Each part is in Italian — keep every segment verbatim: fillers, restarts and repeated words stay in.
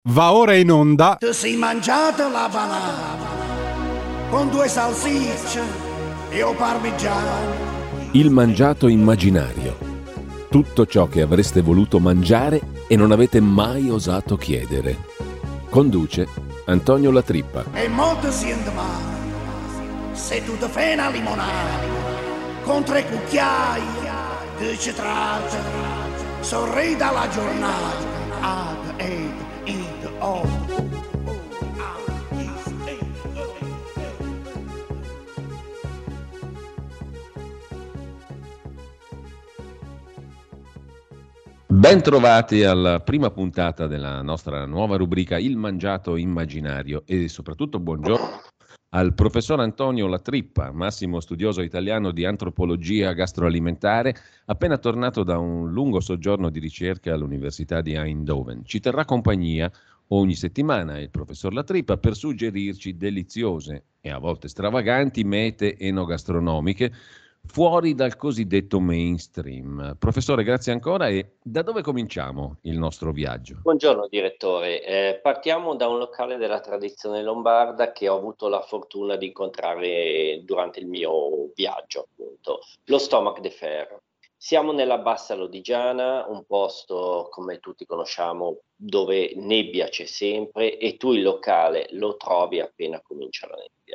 Va ora in onda. Ti sei mangiata la banana con due salsicce e o parmigiano. Il mangiato immaginario. Tutto ciò che avreste voluto mangiare e non avete mai osato chiedere. Conduce Antonio La Trippa. E molto siente male se tu ti fai una limonata con tre cucchiai di citrato. Sorridi dalla giornata. Ad, ed, id, o. Ben trovati alla prima puntata della nostra nuova rubrica Il mangiato immaginario e soprattutto buongiorno al professor Antonio La Trippa, massimo studioso italiano di antropologia gastroalimentare, appena tornato da un lungo soggiorno di ricerca all'Università di Eindhoven. Ci terrà compagnia ogni settimana il professor La Trippa per suggerirci deliziose e a volte stravaganti mete enogastronomiche fuori dal cosiddetto mainstream. Professore, grazie ancora. E da dove cominciamo il nostro viaggio? Buongiorno direttore, eh, partiamo da un locale della tradizione lombarda che ho avuto la fortuna di incontrare durante il mio viaggio, appunto, lo Stomac de Fer. Siamo nella Bassa Lodigiana, un posto come tutti conosciamo dove nebbia c'è sempre e tu il locale lo trovi appena comincia la nebbia.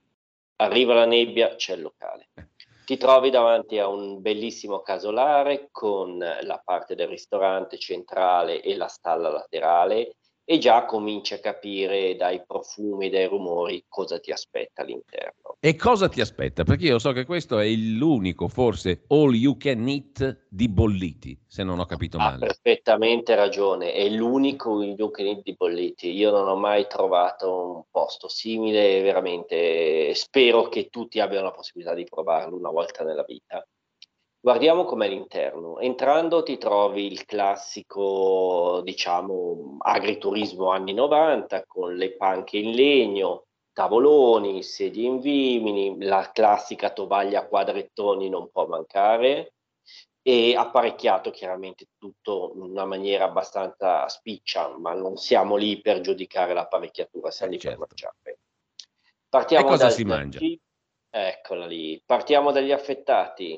Arriva la nebbia, c'è il locale. Ti trovi davanti a un bellissimo casolare con la parte del ristorante centrale e la stalla laterale e già cominci a capire dai profumi, dai rumori cosa ti aspetta all'interno. E cosa ti aspetta? Perché io so che questo è l'unico, forse, all you can eat di bolliti, se non ho capito Ha male. perfettamente ragione, è l'unico all you can eat di bolliti. Io non ho mai trovato un posto simile, veramente spero che tutti abbiano la possibilità di provarlo una volta nella vita. Guardiamo com'è l'interno. Entrando ti trovi il classico, diciamo, agriturismo anni novanta con le panche in legno, tavoloni, sedie in vimini, la classica tovaglia a quadrettoni non può mancare e apparecchiato chiaramente tutto in una maniera abbastanza spiccia, ma non siamo lì per giudicare l'apparecchiatura, siamo Eh, lì per certo. mangiare. E Partiamo cosa dal si mangia? cibo. Eccola lì. Partiamo dagli affettati.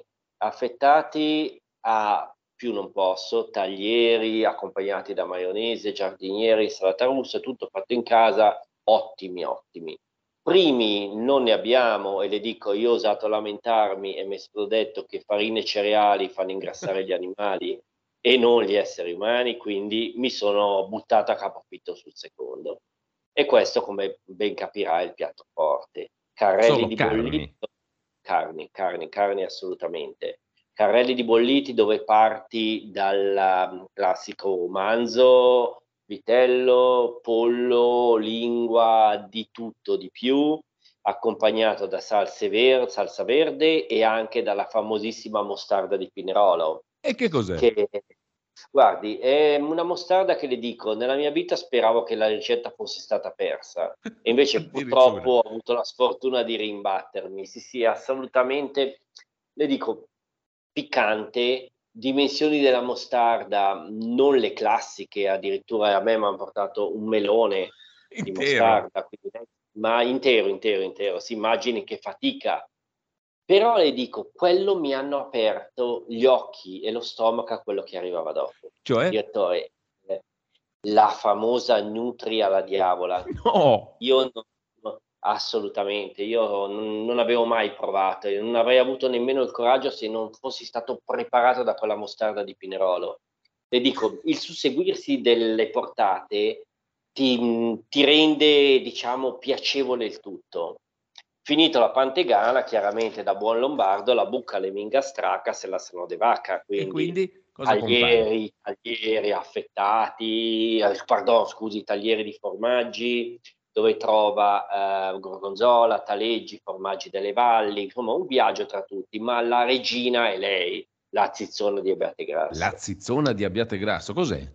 Affettati a più non posso, taglieri accompagnati da maionese, giardiniere, insalata russa, tutto fatto in casa, ottimi, ottimi. Primi non ne abbiamo e le dico, io ho osato lamentarmi e mi è stato detto che farine e cereali fanno ingrassare gli animali e non gli esseri umani, quindi mi sono buttato a capofitto sul secondo. E questo, come ben capirai, è il piatto forte. Carrelli Solo di carni. bollito, carni, carni, carni assolutamente. Carrelli di bolliti dove parti dal um, classico manzo, vitello, pollo, lingua, di tutto, di più, accompagnato da salse ver- salsa verde e anche dalla famosissima mostarda di Pinerolo, E che cos'è? che guardi, è una mostarda che le dico, nella mia vita speravo che la ricetta fosse stata persa e invece Addirittura. purtroppo ho avuto la sfortuna di rimbattermi. Sì, sì, assolutamente, le dico, piccante, dimensioni della mostarda, non le classiche, addirittura a me m'han portato un melone di Intero. mostarda, quindi, ma intero, intero, intero, si immagini che fatica. Però le dico, quello mi hanno aperto gli occhi e lo stomaco a quello che arrivava dopo. Cioè? Direttore, eh, la famosa nutria alla diavola. No! Io no, no, assolutamente, io non, non avevo mai provato e non avrei avuto nemmeno il coraggio se non fossi stato preparato da quella mostarda di Pinerolo. Le dico, il susseguirsi delle portate ti, ti rende, diciamo, piacevole il tutto. Finito la pantegana, chiaramente da buon lombardo, la bucca le minga stracca se la se no de vacca, E quindi quindi cosa compare? taglieri, taglieri affettati, eh, pardon, scusi, taglieri di formaggi, dove trova eh, gorgonzola, taleggi, formaggi delle valli, insomma un viaggio tra tutti, ma la regina è lei, la zizzona di La Abbiategrasso. zizzona di Abbiategrasso, cos'è?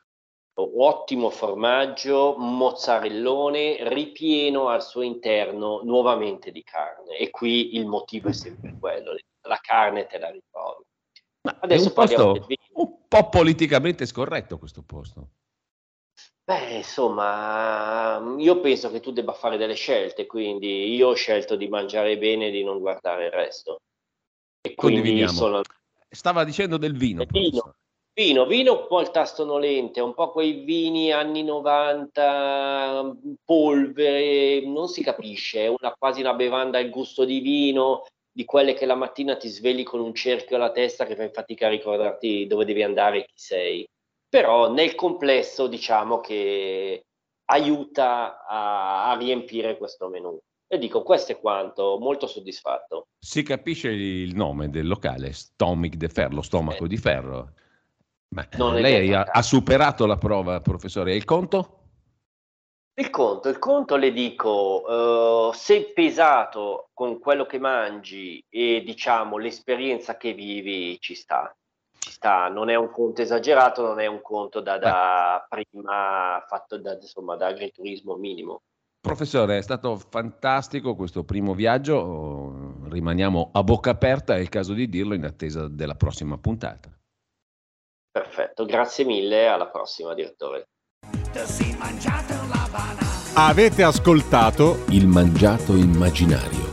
Ottimo formaggio, mozzarellone, ripieno al suo interno nuovamente di carne. E qui il motivo è sempre quello, la carne te la ritrovi. Ma è Adesso un parliamo del posto vino. un po' politicamente scorretto questo posto. Beh, insomma, io penso che tu debba fare delle scelte, quindi io ho scelto di mangiare bene e di non guardare il resto. E quindi Condividiamo. sono... Stava dicendo del vino, Vino, professore. vino, vino un po' il tasto nolente, un po' quei vini anni novanta, polvere, non si capisce, è una, quasi una bevanda al gusto di vino, di quelle che la mattina ti svegli con un cerchio alla testa che fai fatica a ricordarti dove devi andare e chi sei. Però nel complesso diciamo che aiuta a, a riempire questo menù. E dico, questo è quanto, molto soddisfatto. Si capisce il nome del locale, Stomach de Ferro, lo stomaco Eh, di ferro. Ma non eh, è lei detto a ha, ha caso. superato la prova, professore. E il conto? Il conto, il conto le dico, eh, se pesato con quello che mangi e diciamo l'esperienza che vivi ci sta, ci sta, non è un conto esagerato, non è un conto da, Beh, da prima fatto da, insomma, da agriturismo minimo. professore, è stato fantastico questo primo viaggio. Oh, rimaniamo a bocca aperta, è il caso di dirlo, in attesa della prossima puntata. Perfetto, grazie mille, alla prossima direttore. Avete ascoltato Il mangiato immaginario.